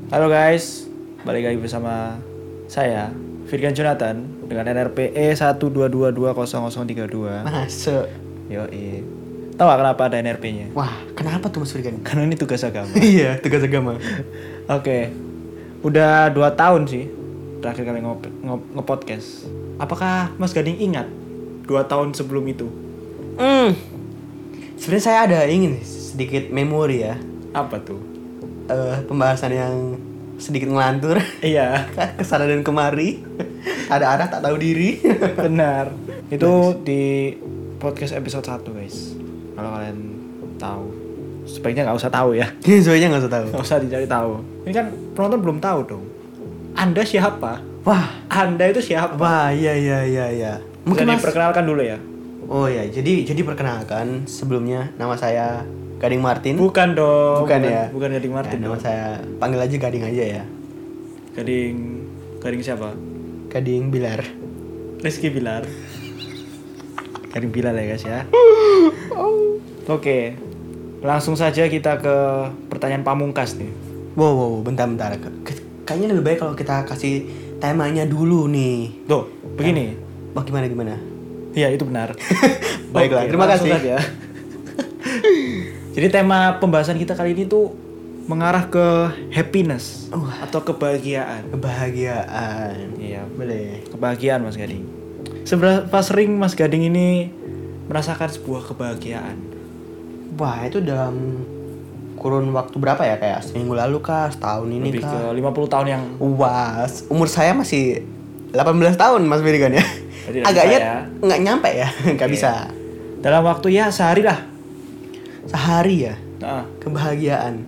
Halo guys, balik lagi bersama saya Firgan Jonathan dengan NRP E122200032. Masuk. Yoi. Tahu gak kenapa ada NRP-nya? Wah, kenapa tuh Mas Firgan? Karena ini tugas agama. Iya, tugas agama. Oke, udah 2 tahun sih terakhir kali nge-podcast. Apakah Mas Gading ingat 2 tahun sebelum itu? Sebenarnya saya ada ingin sedikit memori ya. Apa tuh? Pembahasan yang sedikit ngelantur. Iya, Kesana dan kemari. Ada arah tak tahu diri. benar. Itu di podcast episode 1 guys. Kalau kalian tahu, sebaiknya nggak usah tahu ya. Soalnya nggak usah tahu. Nggak usah dicari tahu. Ini kan penonton belum tahu dong. Anda siapa? Wah, Anda itu siapa? iya. Mungkin Mungkin Mas. diperkenalkan dulu ya. Oh ya, jadi perkenalkan sebelumnya nama saya Gading Martin. Bukan dong. Bukan ya? Bukan Gading Martin Ya, nama dong. saya panggil aja Gading aja ya. Gading siapa? Gading Bilar. Rizky Bilar. Gading Bilar ya guys ya. Oke. Langsung saja kita ke pertanyaan pamungkas nih. Wow, bentar. Kayaknya lebih baik kalau kita kasih temanya dulu nih. Tuh, begini. Wah, gimana? Iya, itu benar. Baiklah, Oke, terima langsung kasih. saja. Jadi tema pembahasan kita kali ini tuh mengarah ke happiness atau kebahagiaan. Kebahagiaan. Iya, Boleh. kebahagiaan Mas Gading. Seberapa sering Mas Gading ini merasakan sebuah kebahagiaan? Wah, itu dalam kurun waktu berapa ya? Kayak seminggu lalu kah? Setahun ini Lebih kah? ke 50 tahun yang Wah, umur saya masih 18 tahun Mas Birigan ya. Jadi nggak Agaknya bisa ya. nggak nyampe ya, nggak Oke. bisa. dalam waktu ya sehari lah. Sehari ya, Nah, kebahagiaan.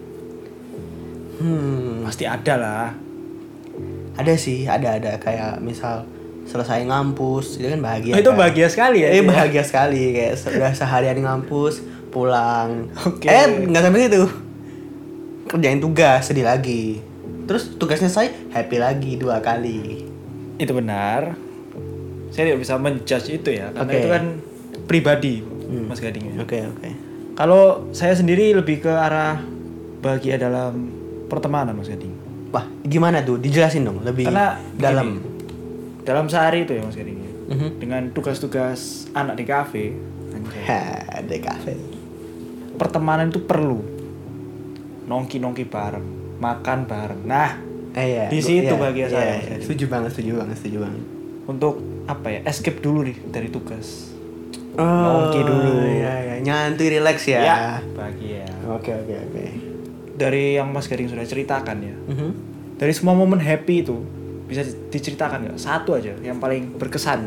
pasti ada lah. Ada sih, ada kayak misal selesai ngampus, itu kan bahagia. Oh, itu kan? bahagia sekali ya. itu ya? Bahagia sekali kayak sudah seharian ngampus, pulang. Oke. Nggak sampai situ. Kerjain tugas, sedih lagi. Terus tugasnya selesai, happy lagi 2 kali. Itu benar. Saya tidak bisa menjudge itu ya, karena Oke. itu kan pribadi Mas Gading. Ya. Oke. Kalau saya sendiri lebih ke arah bahagia dalam pertemanan Mas Gading. Wah, gimana tuh? Dijelasin dong lebih Karena dalam. begini, dalam sehari itu ya Mas Gading. Ya. Mhm. Dengan tugas-tugas anak di kafe, anjay, Ada kafe. pertemanan itu perlu. Nongki bareng, makan bareng. Nah, Iya. Di situ Iya, bahagia saya, iya. Mas. Setuju banget. untuk apa ya? Escape dulu nih dari tugas. Oh, Nongki dulu. Iya. Nyantai, relax ya. Ya, bahagia. Oke. Dari yang Mas Gading sudah ceritakan ya. Mhm. Dari semua momen happy itu bisa diceritakan nggak? Satu aja yang paling berkesan.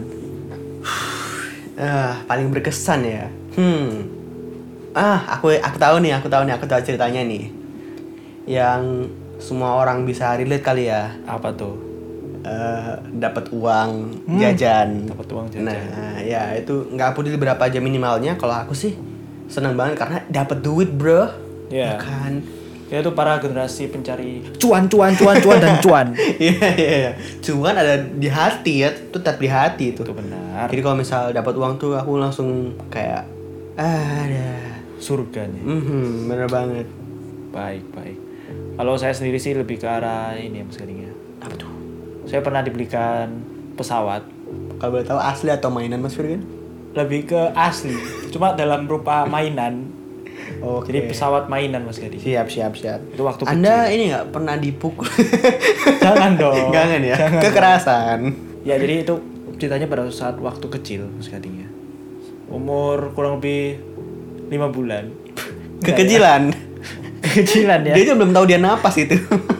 Paling berkesan ya. Aku tahu nih, aku tahu ceritanya nih. Yang semua orang bisa relate kali ya. Apa tuh? Dapat uang jajan. Dapat uang jajan. Nah, ya itu nggak peduli berapa aja minimalnya. Kalau aku sih seneng banget karena dapat duit, bro. Iya. Kan? Ya itu para generasi pencari cuan dan cuan. Iya. Cuman ada di hati ya, itu tetap di hati itu. Itu benar. Jadi kalau misal dapat uang tuh aku langsung kayak ada. Surganya. Bener banget. Baik. Kalau saya sendiri sih lebih ke arah ini ya Mas Gading ya. Apa tuh? Saya pernah dibelikan pesawat. Kalau boleh tahu asli atau mainan Mas Firgan? Lebih ke asli. Cuma dalam rupa mainan. Oke. Jadi pesawat mainan Mas Gading. Siap. Itu waktu Anda kecil. ini nggak pernah dipukul? Jangan dong. Jangan ya. Jangan Kekerasan. Ya jadi itu ceritanya pada saat waktu kecil Mas Gading ya. Umur kurang lebih 5 bulan. Kekecilan. Kekecilan ya. Dia aja belum tahu dia napas itu.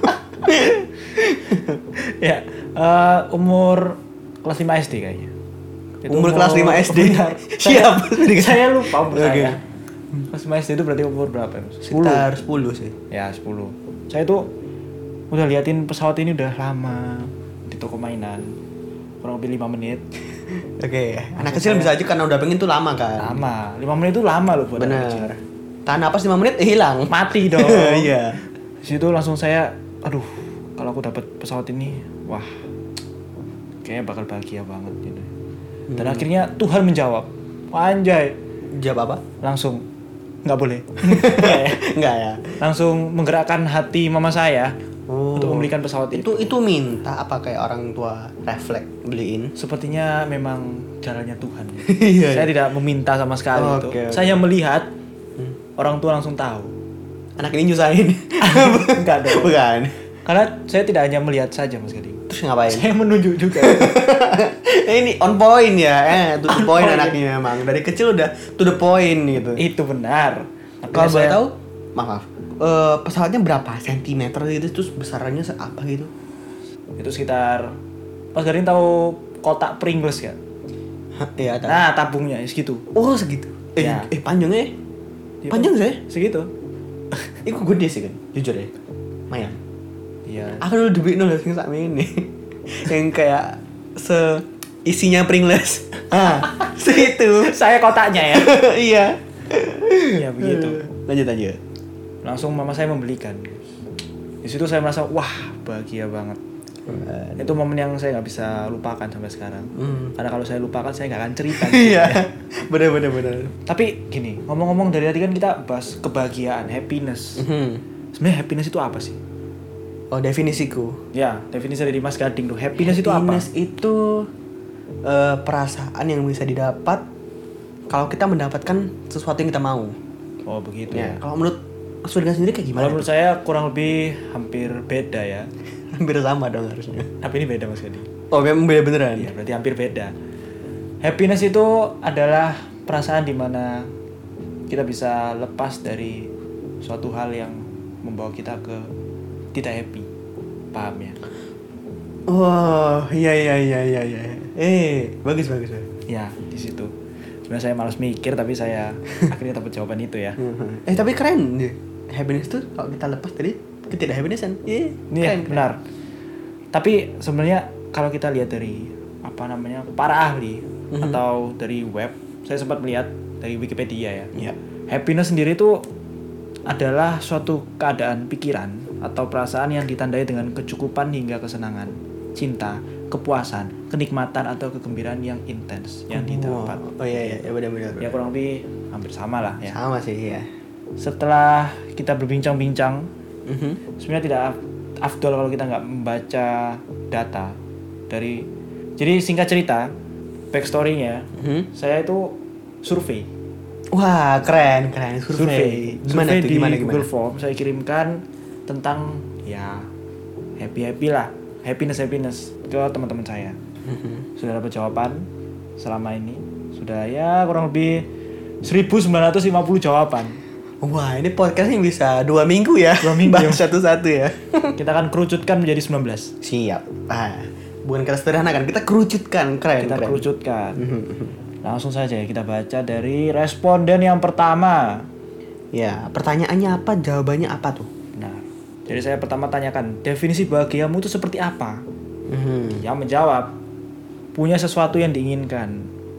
Ya, umur kelas 5 SD kayaknya. Itu Umur kelas 5 SD. Benar. Siap. Saya lupa umur Oke. saya. Kelas 5 SD itu berarti umur berapa ya? Mas? 10. Sekitar 10 sih. Ya, 10. Saya tuh udah liatin pesawat ini udah lama di toko mainan. Kurang lebih 5 menit. Oke. Anak kecil bisa aja karena udah pengen tuh lama kan. Lama. 5 menit itu lama loh buat anak kecil. Bener. Tahan napas 5 menit hilang. Mati dong. Iya. Di situ langsung saya, aduh, kalau aku dapat pesawat ini, wah, kayaknya bakal bahagia banget gitu. Dan akhirnya Tuhan menjawab, anjay, Jawab apa? langsung nggak boleh. Nggak ya. Enggak ya. Langsung menggerakkan hati mama saya untuk membelikan pesawat itu. Itu minta apa kayak orang tua refleks beliin? Sepertinya memang jalannya Tuhan. Iya. Saya tidak meminta sama sekali itu. Oke. Saya melihat orang tua langsung tahu. Anak ini nyusahin. Enggak dong. Bukan. Karena saya tidak hanya melihat saja Mas Gading. Terus ngapain? Saya menunjuk juga. Ini on point ya. To the point point. anaknya memang. Dari kecil udah to the point gitu. Itu benar. Kalau boleh saya tahu, maaf. Pesawatnya berapa sentimeter gitu, terus besarannya apa gitu? itu sekitar Mas Gading tahu kotak Pringles kan? Iya, tahu. Nah, tabungnya segitu. Oh, segitu. Ya. Panjangnya? Iya, Panjang saya? segitu. Itu gede sih kan, jujur ya. Lumayan. Iya. Aku dulu duit nol sing sak ini. Yang kayak isinya Pringles. Segitu. Saya kotaknya ya. Iya. Ya begitu. Lanjut. Langsung mama saya membelikan. Di situ saya merasa wah bahagia banget. Itu momen yang saya nggak bisa lupakan sampai sekarang. Karena kalau saya lupakan saya nggak akan cerita. Iya. Bener. Tapi gini, ngomong-ngomong dari tadi kan kita bahas kebahagiaan, happiness. Sebenarnya happiness itu apa sih? Oh, definisiku. Ya, definisi dari Mas Gading tuh. Happiness itu apa? Happiness itu perasaan yang bisa didapat kalau kita mendapatkan sesuatu yang kita mau. Oh, begitu Ya, ya. kalau menurut Mas Firdan sendiri kayak gimana? Kalau menurut saya kurang lebih hampir beda ya. Hampir sama dong harusnya. Tapi ini beda Mas Gading. Oh, memang beda beneran. Iya, berarti hampir beda. Happiness itu adalah perasaan di mana kita bisa lepas dari suatu hal yang membawa kita ke tidak happy. Paham ya? Oh, iya. Bagus. Ya, di situ. Sebenarnya saya malas mikir tapi saya akhirnya dapat jawaban itu ya. Tapi keren nih. Happiness tuh kalau kita lepas dari ketidak happinessan. Iya, Iya, benar. Tapi sebenarnya kalau kita lihat dari para ahli atau dari web, saya sempat melihat dari Wikipedia ya. Iya. Happiness sendiri itu adalah suatu keadaan pikiran atau perasaan yang ditandai dengan kecukupan hingga kesenangan, cinta, kepuasan, kenikmatan atau kegembiraan yang intens yang didapat. Oh iya, benar. Ya kurang lebih hampir sama lah ya. Sama sih ya. Setelah kita berbincang-bincang, sebenarnya tidak afdol kalau kita nggak membaca data dari. Jadi singkat cerita, backstory-nya, saya itu survei. Wah, keren. Survei. Survei di Gimana? Google Form saya kirimkan tentang ya happy lah, happiness ke teman-teman saya. Sudah dapat jawaban selama ini. Sudah ya kurang lebih 1950 jawaban. Wah, ini podcast ini bisa 2 minggu ya. 2 minggu. Bahas satu-satu ya. Kita akan kerucutkan menjadi 19. Siap. Bukan kata sederhana kan, kita kerucutkan. Keren. Kerucutkan. Langsung saja ya kita baca dari responden yang pertama. Ya, pertanyaannya apa, jawabannya apa tuh? Nah, jadi saya pertama tanyakan, definisi bahagiamu itu seperti apa? Yang menjawab, punya sesuatu yang diinginkan.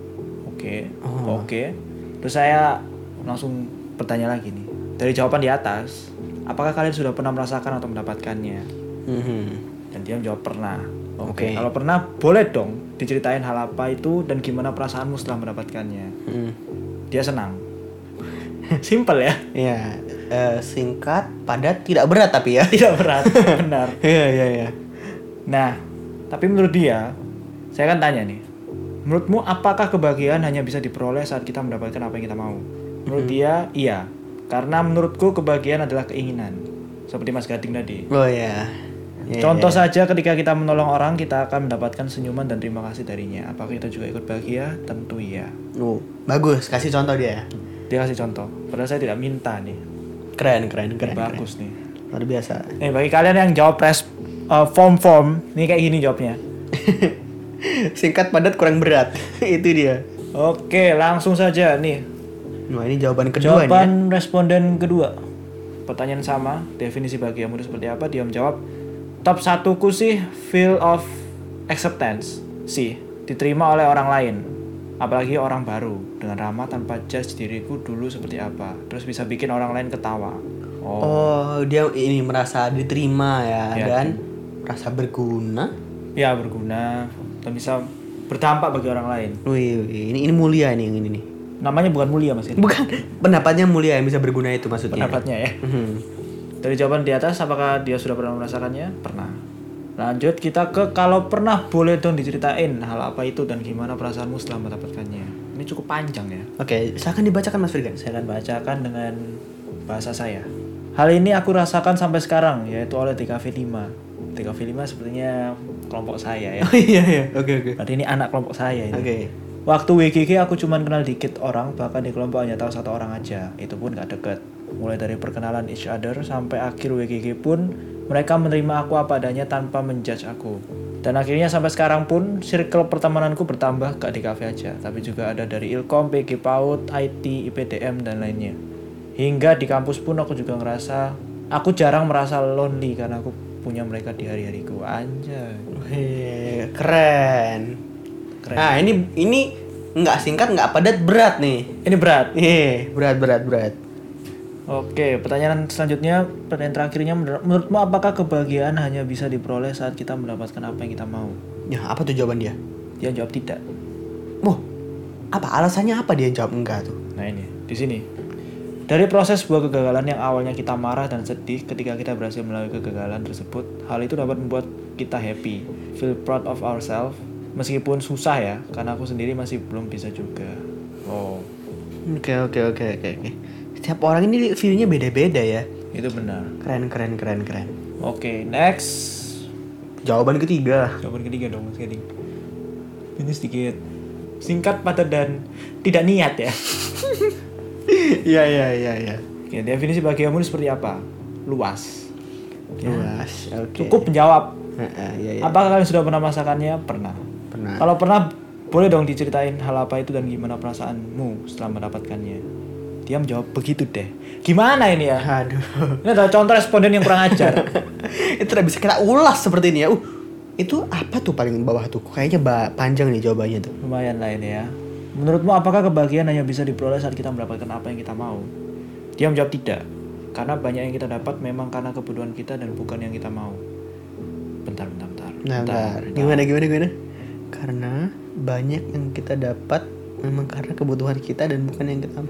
Oke. Terus saya langsung bertanya lagi nih, dari jawaban di atas, apakah kalian sudah pernah merasakan atau mendapatkannya? Dan dia menjawab pernah. Oke. Kalau pernah, boleh dong diceritain hal apa itu dan gimana perasaanmu setelah mendapatkannya. Dia senang. Simple ya? Iya, singkat, padat, tidak berat tapi ya. Tidak berat, benar. Iya. Nah, tapi menurut dia, saya kan tanya nih, menurutmu apakah kebahagiaan hanya bisa diperoleh saat kita mendapatkan apa yang kita mau? Menurut dia, iya. Karena menurutku kebahagiaan adalah keinginan. Seperti Mas Gading tadi. Oh iya. Contoh saja ketika kita menolong orang, kita akan mendapatkan senyuman dan terima kasih darinya. Apakah kita juga ikut bahagia? Tentu iya. Bagus, kasih contoh dia. Dia kasih contoh. Padahal saya tidak minta nih. Keren. Bagus nih. Luar biasa. Bagi kalian yang jawab form, ini kayak gini jawabnya. Singkat, padat, kurang berat. Itu dia. Oke, langsung saja nih. Wah, ini jawaban kedua Jawaban nih ya. responden kedua. Pertanyaan sama, definisi bahagiamu itu seperti apa? Dia menjawab, top 1ku sih feel of acceptance. Sih, diterima oleh orang lain. Apalagi orang baru, dengan ramah tanpa judge diriku dulu seperti apa. Terus bisa bikin orang lain ketawa. Oh, dia ini merasa diterima ya. Dan merasa berguna. Ya, berguna dan bisa berdampak bagi orang lain. Wih, ini mulia ini yang ini nih. Namanya bukan mulia Mas. Bukan, pendapatnya mulia yang bisa berguna itu maksudnya. Pendapatnya ya. Dari jawaban di atas, apakah dia sudah pernah merasakannya? Pernah. Lanjut kita ke kalau pernah, boleh dong diceritain hal apa itu dan gimana perasaanmu setelah mendapatkannya. Ini cukup panjang ya. Oke, silakan dibacakan Mas Firgan. Saya akan bacakan dengan bahasa saya. Hal ini aku rasakan sampai sekarang, yaitu oleh TKV5. TKV5 sepertinya kelompok saya ya. Oh iya. Oke. Berarti ini anak kelompok saya ini. Oke. Waktu WGG aku cuman kenal dikit orang, bahkan di kelompok hanya tahu satu orang aja. Itu pun gak deket. Mulai dari perkenalan each other sampai akhir WGG pun mereka menerima aku apa adanya tanpa menjudge aku. Dan akhirnya sampai sekarang pun circle pertemananku bertambah gak di kafe aja, tapi juga ada dari Ilkom, PG PAUD, IT, IPDM dan lainnya. Hingga di kampus pun aku juga ngerasa aku jarang merasa lonely karena aku punya mereka di hari-hariku. Anjay. Wih, keren. Nah, ini nggak singkat, nggak padat, berat nih. Ini berat. Iya, berat. Oke, pertanyaan selanjutnya, pertanyaan terakhirnya, menurutmu apakah kebahagiaan hanya bisa diperoleh saat kita mendapatkan apa yang kita mau? Ya, apa tuh jawaban dia? Dia jawab tidak. Apa alasannya, apa dia jawab enggak tuh? Nah ini, di sini. Dari proses sebuah kegagalan yang awalnya kita marah dan sedih ketika kita berhasil melalui kegagalan tersebut, hal itu dapat membuat kita happy, feel proud of ourselves, meskipun susah ya, karena aku sendiri masih belum bisa juga. Oh. Oke. Setiap orang ini view-nya beda-beda ya. Itu benar. Keren. Oke, next. Jawaban ketiga dong, Mas Gading. Ini sedikit singkat, padat dan tidak niat ya. Iya. Oke, definisi bahagiamu seperti apa? Luas. Luas. Oke. Cukup menjawab. Iya. Apakah kalian sudah pernah merasakannya? Pernah. Kalau pernah, boleh dong diceritain hal apa itu dan gimana perasaanmu setelah mendapatkannya. Dia menjawab begitu deh. Gimana ini ya? Aduh. Ini adalah contoh responden yang kurang ajar. Itu udah bisa kita ulas seperti ini ya. Itu apa tuh paling bawah tuh? Kayaknya panjang nih jawabannya tuh. Lumayan lah ini ya. Menurutmu apakah kebahagiaan hanya bisa diperoleh saat kita mendapatkan apa yang kita mau? Dia menjawab tidak. Karena banyak yang kita dapat memang karena kebutuhan kita dan bukan yang kita mau. Bentar. Gimana? Karena banyak yang kita dapat memang karena kebutuhan kita dan bukan yang kita mau.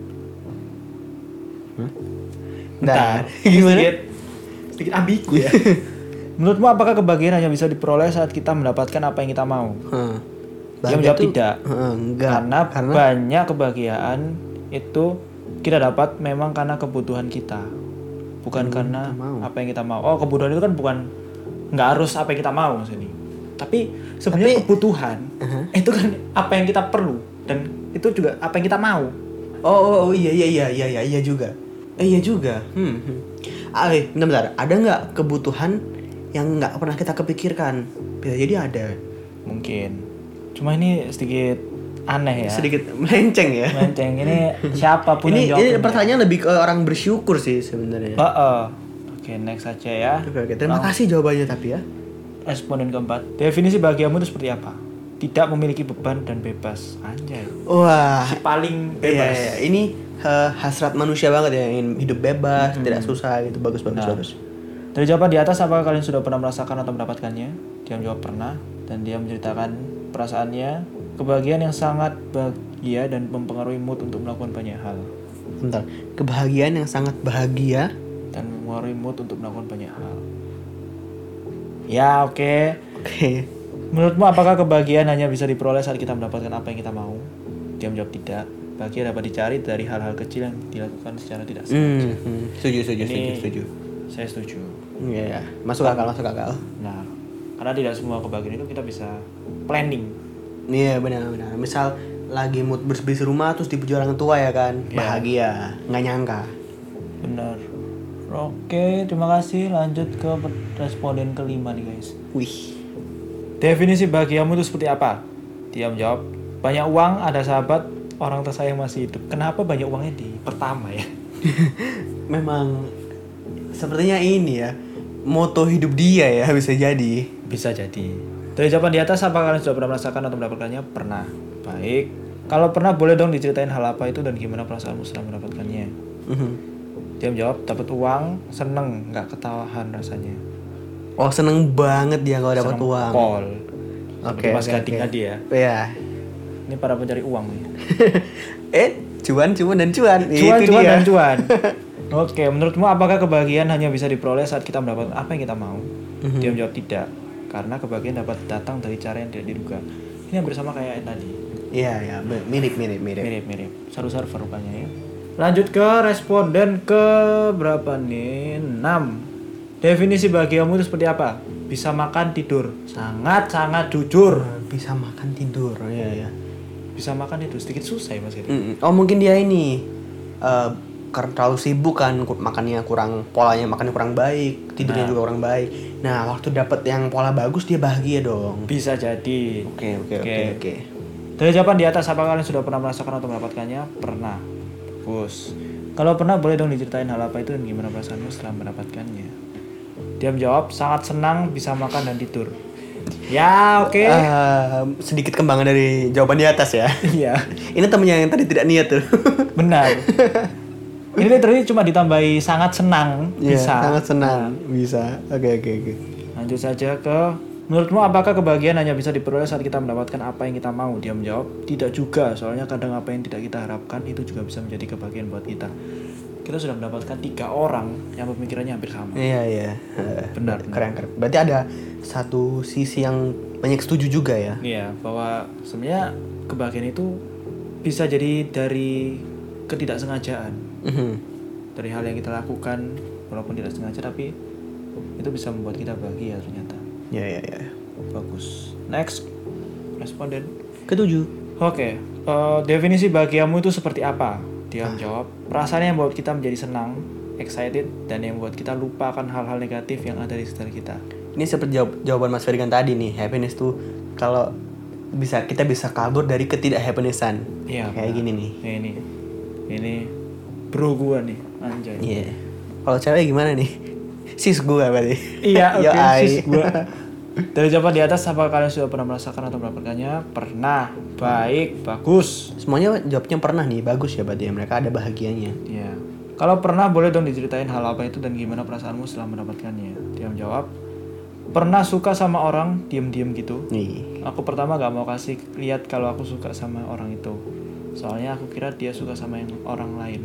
Bentar. Gimana? Sedikit ambigu ya. Menurutmu apakah kebahagiaan hanya bisa diperoleh saat kita mendapatkan apa yang kita mau? Dia menjawab tidak. Enggak. Karena banyak kebahagiaan itu kita dapat memang karena kebutuhan kita, bukan karena apa yang kita mau. Oh, kebutuhan itu kan bukan, nggak harus apa yang kita mau maksudnya. Tapi sebenarnya kebutuhan itu kan apa yang kita perlu dan itu juga apa yang kita mau. Oh iya juga. Iya juga. Bentar. Ada nggak kebutuhan yang nggak pernah kita kepikirkan? Bisa jadi ada. Mungkin. Cuma ini sedikit aneh ya. Sedikit melenceng ya. Ini siapapun yang jawab. Ini pertanyaan lebih ke orang bersyukur sih sebenarnya. Oke, next aja ya. Oke. Terima kasih jawabannya tapi ya. Responden keempat. Definisi bahagiamu itu seperti apa? Tidak memiliki beban dan bebas. Anjay. Wah. Si paling bebas. Iya. Ini hasrat manusia banget ya, ingin hidup bebas, tidak susah gitu. Bagus. Dari jawaban di atas, apakah kalian sudah pernah merasakan atau mendapatkannya? Dia menjawab pernah, dan dia menceritakan perasaannya, kebahagiaan yang sangat bahagia dan mempengaruhi mood untuk melakukan banyak hal. Bentar, kebahagiaan yang sangat bahagia dan mempengaruhi mood untuk melakukan banyak hal. Ya, oke. Menurutmu apakah kebahagiaan hanya bisa diperoleh saat kita mendapatkan apa yang kita mau? Dia menjawab tidak. Bahagia dapat dicari dari hal-hal kecil yang dilakukan secara tidak sengaja. Setuju. Saya setuju. Iya, masuk akal. Nah, karena tidak semua kebahagiaan itu kita bisa planning. Iya, benar. Misal lagi mood bersih rumah terus dipuji orang tua ya kan, bahagia, nggak nyangka. Benar. Oke, terima kasih. Lanjut ke responden kelima nih guys. Wih. Definisi bahagiamu itu seperti apa? Dia menjawab, banyak uang, ada sahabat, orang tersayang masih hidup. Kenapa banyak uangnya di pertama ya? Memang sepertinya ini ya, moto hidup dia ya, bisa jadi. Dari jawaban di atas, apakah kalian sudah pernah merasakan atau mendapatkannya? Pernah. Baik. Kalau pernah, boleh dong diceritain hal apa itu dan gimana perasaanmu setelah mendapatkannya. Dia menjawab, dapat uang, seneng, nggak ketawahan rasanya. Oh, seneng banget dia kalau dapat uang. Pol. Oke. Mas Gading tadi ya. Iya. Ini para pencari uang nih. Cuan dan cuan. Cuan dan cuan. Oke, menurutmu apakah kebahagiaan hanya bisa diperoleh saat kita mendapatkan apa yang kita mau? Dia menjawab tidak, karena kebahagiaan dapat datang dari cara yang tidak diduga. Ini hampir sama kayak yang tadi. Iya, mirip. Mirip. Satu server rupanya ya. Lanjut ke responden ke berapa nih? 6. Definisi bahagiamu itu seperti apa? Bisa makan, tidur. Sangat jujur. Bisa makan tidur, ya. Bisa makan tidur, sedikit susah ya Mas Gedi. Oh mungkin dia ini karena terlalu sibuk kan, polanya makannya kurang baik, tidurnya juga kurang baik. Nah waktu dapat yang pola bagus dia bahagia dong. Bisa jadi. Oke. Dari jawaban di atas, apakah kalian sudah pernah merasakan atau mendapatkannya? Pernah. Bagus. Kalau pernah, boleh dong diceritain hal apa itu dan gimana perasaanmu setelah mendapatkannya? Dia menjawab, sangat senang bisa makan dan tidur. Ya, oke. Sedikit kembangan dari jawaban di atas ya. Iya. Ini temennya yang tadi tidak niat tuh. Benar. Ini literally cuma ditambahi sangat senang bisa. Sangat senang bisa. Oke. Lanjut saja ke, menurutmu apakah kebahagiaan hanya bisa diperoleh saat kita mendapatkan apa yang kita mau? Dia menjawab, tidak juga. Soalnya kadang apa yang tidak kita harapkan itu juga bisa menjadi kebahagiaan buat kita. Kita sudah mendapatkan 3 orang yang pemikirannya hampir sama. Iya. Benar. Keren. Berarti ada satu sisi yang banyak setuju juga ya. Iya, bahwa sebenarnya kebahagiaan itu bisa jadi dari ketidaksengajaan. Dari hal yang kita lakukan walaupun tidak sengaja, tapi itu bisa membuat kita bahagia ternyata. Iya. Bagus. Next, responden ke-7. Oke, definisi bahagiamu itu seperti apa? Dia menjawab, perasaan yang membuat kita menjadi senang, excited, dan yang membuat kita lupa akan hal-hal negatif yang ada di sekitar kita. Ini seperti jawaban Mas Ferdinand tadi nih. Happiness tuh kalau kita bisa kabur dari ketidakhappinessan. Iya. Kayak gini nih. Ini bro gua nih, anjay. Iya. Kalau cewek gimana nih? Sis gua berarti. Iya, oke, sis gua. Dari jawaban di atas, apakah kalian sudah pernah merasakan atau mendapatkannya? Pernah. Baik, bagus. Semuanya jawabnya pernah nih, bagus ya berarti ya. Mereka ada bahagianya. Iya. Kalau pernah, boleh dong diceritain hal apa itu dan gimana perasaanmu setelah mendapatkannya? Dia menjawab, pernah suka sama orang, diem-diem gitu. Aku pertama gak mau kasih lihat kalau aku suka sama orang itu. Soalnya aku kira dia suka sama yang orang lain.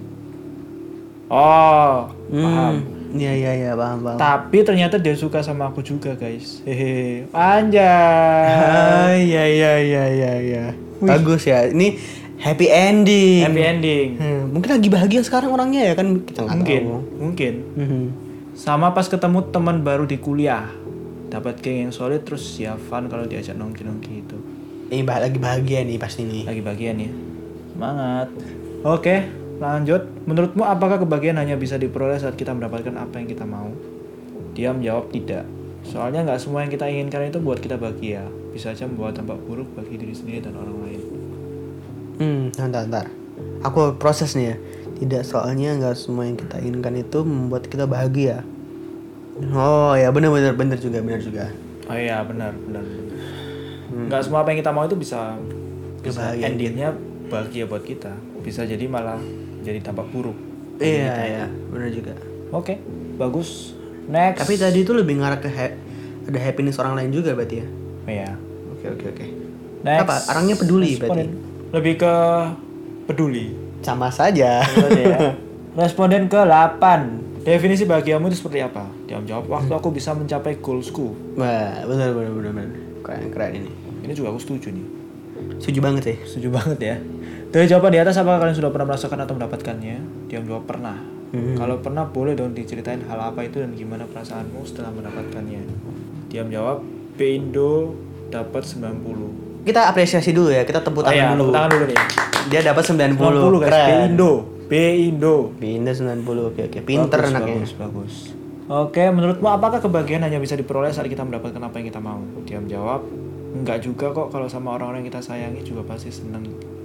Oh, paham. Iya, paham. Tapi ternyata dia suka sama aku juga, guys. Hehe. Anjay. Iya. Bagus ya. Ini happy ending. Mungkin lagi bahagia sekarang orangnya ya kan, kita nggak tahu. Mungkin. Sama pas ketemu teman baru di kuliah. Dapat geng yang solid, terus ya fun kalau diajak nongki-nongki itu. Ini lagi bahagia nih pasti nih. Lagi bahagia nih. Semangat. Oke, lanjut. Menurutmu apakah kebahagiaan hanya bisa diperoleh saat kita mendapatkan apa yang kita mau? Dia menjawab tidak. Soalnya nggak semua yang kita inginkan itu buat kita bahagia. Bisa aja membawa dampak buruk bagi diri sendiri dan orang lain. Ntar. Aku proses nih ya. Tidak, soalnya nggak semua yang kita inginkan itu membuat kita bahagia. Oh ya, benar juga. Oh iya, benar. Nggak semua apa yang kita mau itu bisa endingnya bahagia buat kita. Bisa jadi malah jadi dampak buruk. Iya, benar juga. Oke, bagus. Next. Tapi tadi itu lebih ngarah ke ada happiness orang lain juga berarti ya. Iya. Oke. Next. Apa? Orangnya peduli berarti. Lebih ke peduli. Sama saja. Ya. Responden ke-8. Definisi bahagiamu itu seperti apa? Dia menjawab, waktu aku bisa mencapai goalsku. Wah, benar. Keren ini. Ini juga aku setuju nih. Setuju banget sih. Setuju banget ya. Dari jawaban di atas, apakah kalian sudah pernah merasakan atau mendapatkannya? Dia menjawab pernah. Kalau pernah, boleh dong diceritain hal apa itu dan gimana perasaanmu setelah mendapatkannya. Dia menjawab, B-Indo dapat 90. Kita apresiasi dulu ya, kita tepuk tangan dulu. Tepuk tangan dulu nih. Dia dapat 90. Guys, keren. B-Indo 90. Oke. Pinter anaknya. Bagus. Oke, menurutmu apakah kebahagiaan hanya bisa diperoleh saat kita mendapatkan apa yang kita mau? Dia menjawab, enggak juga kok, kalau sama orang-orang yang kita sayangi juga pasti senang.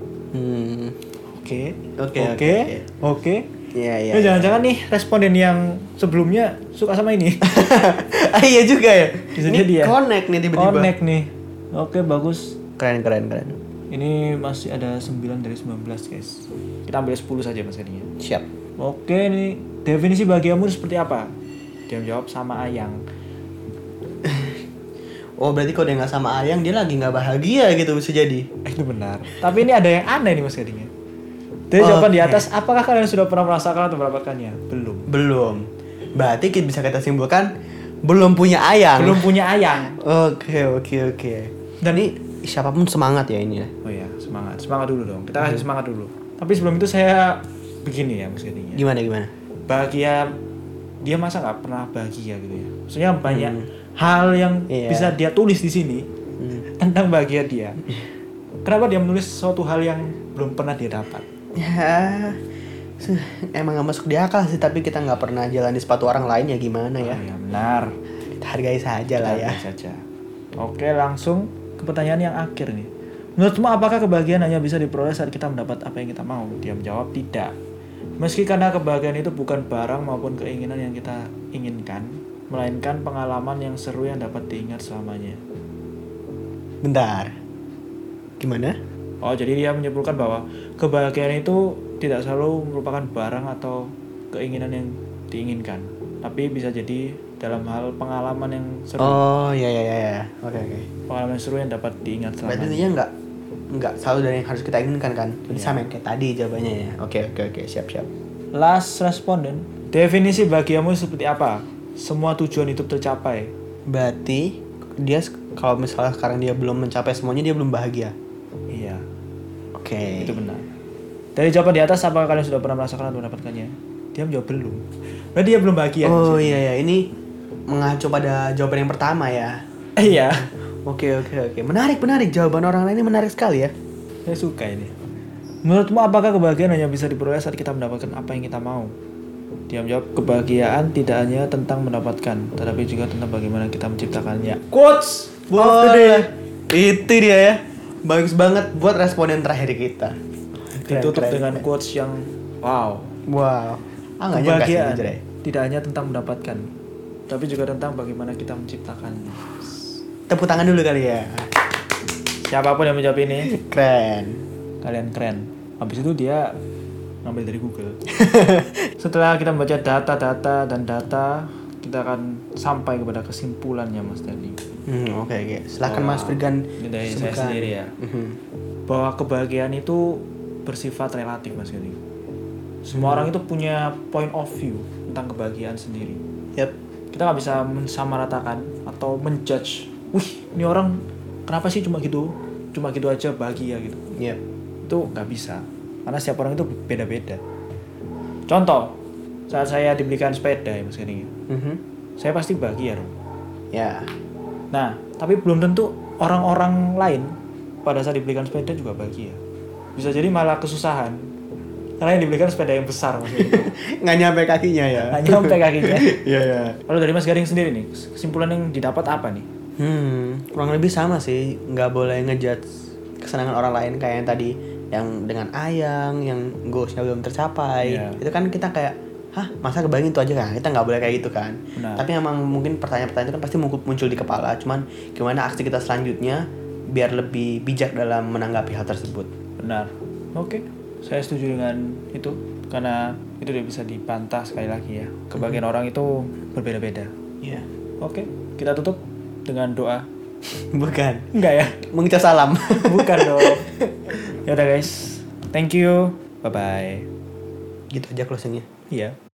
Oke. Iya. Jangan-jangan nih responden yang sebelumnya suka sama ini. Iya juga ya. Bisa jadi ya. Connect nih tiba-tiba. Connect nih. Oke, bagus. Keren. Ini masih ada 9 dari 19, guys. Kita ambil 10 saja mas kadinya. Siap. Oke, nih definisi bahagiamu seperti apa? Dia menjawab sama Ayang. Oh, berarti kalau dia nggak sama Ayang, dia lagi nggak bahagia gitu bisa jadi. Itu benar. Tapi ini ada yang aneh nih mas kadinya. Dari jawaban di atas, apakah kalian sudah pernah merasakan atau mendapatkannya? Belum. Berarti kita bisa kita simpulkan belum punya ayang. Belum punya ayang. Oke. Dan ini siapapun semangat ya ini ya. Oh ya, semangat dulu dong. Kita kasih semangat dulu. Tapi sebelum itu saya begini ya Mas Gading. Gimana? Bahagia, dia masa nggak pernah bahagia gitu ya? Maksudnya banyak hal yang bisa dia tulis di sini tentang bahagia dia. Kenapa dia menulis suatu hal yang belum pernah dia dapat? Ya, emang gak masuk di akal sih, tapi kita nggak pernah jalan di sepatu orang lain ya gimana ya? Oh, ya benar. Kita hargai saja lah ya. Saja. Oke, langsung ke pertanyaan yang akhir nih. Menurutmu apakah kebahagiaan hanya bisa diperoleh saat kita mendapat apa yang kita mau? Dia menjawab tidak. Meski karena kebahagiaan itu bukan barang maupun keinginan yang kita inginkan, melainkan pengalaman yang seru yang dapat diingat selamanya. Bentar. Gimana? Oh, jadi dia menyimpulkan bahwa kebahagiaan itu tidak selalu merupakan barang atau keinginan yang diinginkan, tapi bisa jadi dalam hal pengalaman yang seru. Oh, iya. Oke. Pengalaman yang seru yang dapat diingat selamanya. Berarti dia nggak selalu dari yang harus kita inginkan kan? Jadi sama yang kayak tadi jawabannya ya. Oke, siap. Last responden. Definisi bahagiamu seperti apa? Semua tujuan hidup tercapai. Berarti dia kalau misalnya sekarang dia belum mencapai semuanya, dia belum bahagia. Iya. Oke. Itu benar. Dari jawaban di atas, apakah kalian sudah pernah merasakan atau mendapatkannya? Dia menjawab belum. Berarti dia belum bahagia. Oh iya, ini mengacu pada jawaban yang pertama ya. Iya. Oke. Menarik. Jawaban orang lain ini menarik sekali ya. Saya suka ini. Menurutmu apakah kebahagiaan hanya bisa diperoleh saat kita mendapatkan apa yang kita mau? Dia menjawab, kebahagiaan tidak hanya tentang mendapatkan, tetapi juga tentang bagaimana kita menciptakannya. Quotes! Itu dia ya. Bagus banget buat responden terakhir kita. Ditutup dengan quotes yang wow. Kebahagiaan tidak hanya tentang mendapatkan, tapi juga tentang bagaimana kita menciptakannya. Tepuk tangan dulu kali ya. Siapapun yang menjawab ini, keren. Kalian keren. Habis itu dia ngambil dari Google. Setelah kita membaca data, kita akan sampai kepada kesimpulannya, Mas Dani. Oke. Silakan Mas Firgan. Ini dari saya sendiri ya. Bahwa kebahagiaan itu bersifat relatif, Mas Dani. Semua orang itu punya point of view tentang kebahagiaan sendiri. Yep. Kita nggak bisa mensamaratakan atau menjudge. Wih, ini orang kenapa sih cuma gitu aja bahagia gitu. Yep. Itu nggak bisa. Karena setiap orang itu beda-beda. Contoh, saat saya dibelikan sepeda ya Mas Gani, saya pasti bahagia dong. Ya. Nah, tapi belum tentu orang-orang lain pada saat dibelikan sepeda juga bahagia. Bisa jadi malah kesusahan. Karena yang dibelikan sepeda yang besar Mas Gani. Nggak nyampe kakinya ya. Nggak nyampe kakinya. Iya. Lalu dari Mas Garing sendiri nih, kesimpulan yang didapat apa nih? Kurang lebih sama sih. Nggak boleh ngejudge kesenangan orang lain kayak yang tadi, yang dengan ayang, yang goalsnya belum tercapai. Yeah. Itu kan kita kayak, masa kebayang itu aja kan? Kita nggak boleh kayak gitu kan. Benar. Tapi emang mungkin pertanyaan-pertanyaan itu kan pasti muncul di kepala. Cuman gimana aksi kita selanjutnya biar lebih bijak dalam menanggapi hal tersebut. Benar. Oke. Saya setuju dengan itu. Karena itu udah bisa dibantah sekali lagi ya. Kebagian orang itu berbeda-beda. Iya. Oke. Kita tutup dengan doa. Bukan. Enggak ya? Mengucap salam. Bukan dong. Ya udah guys. Thank you. Bye-bye. Gitu aja closingnya. Iya.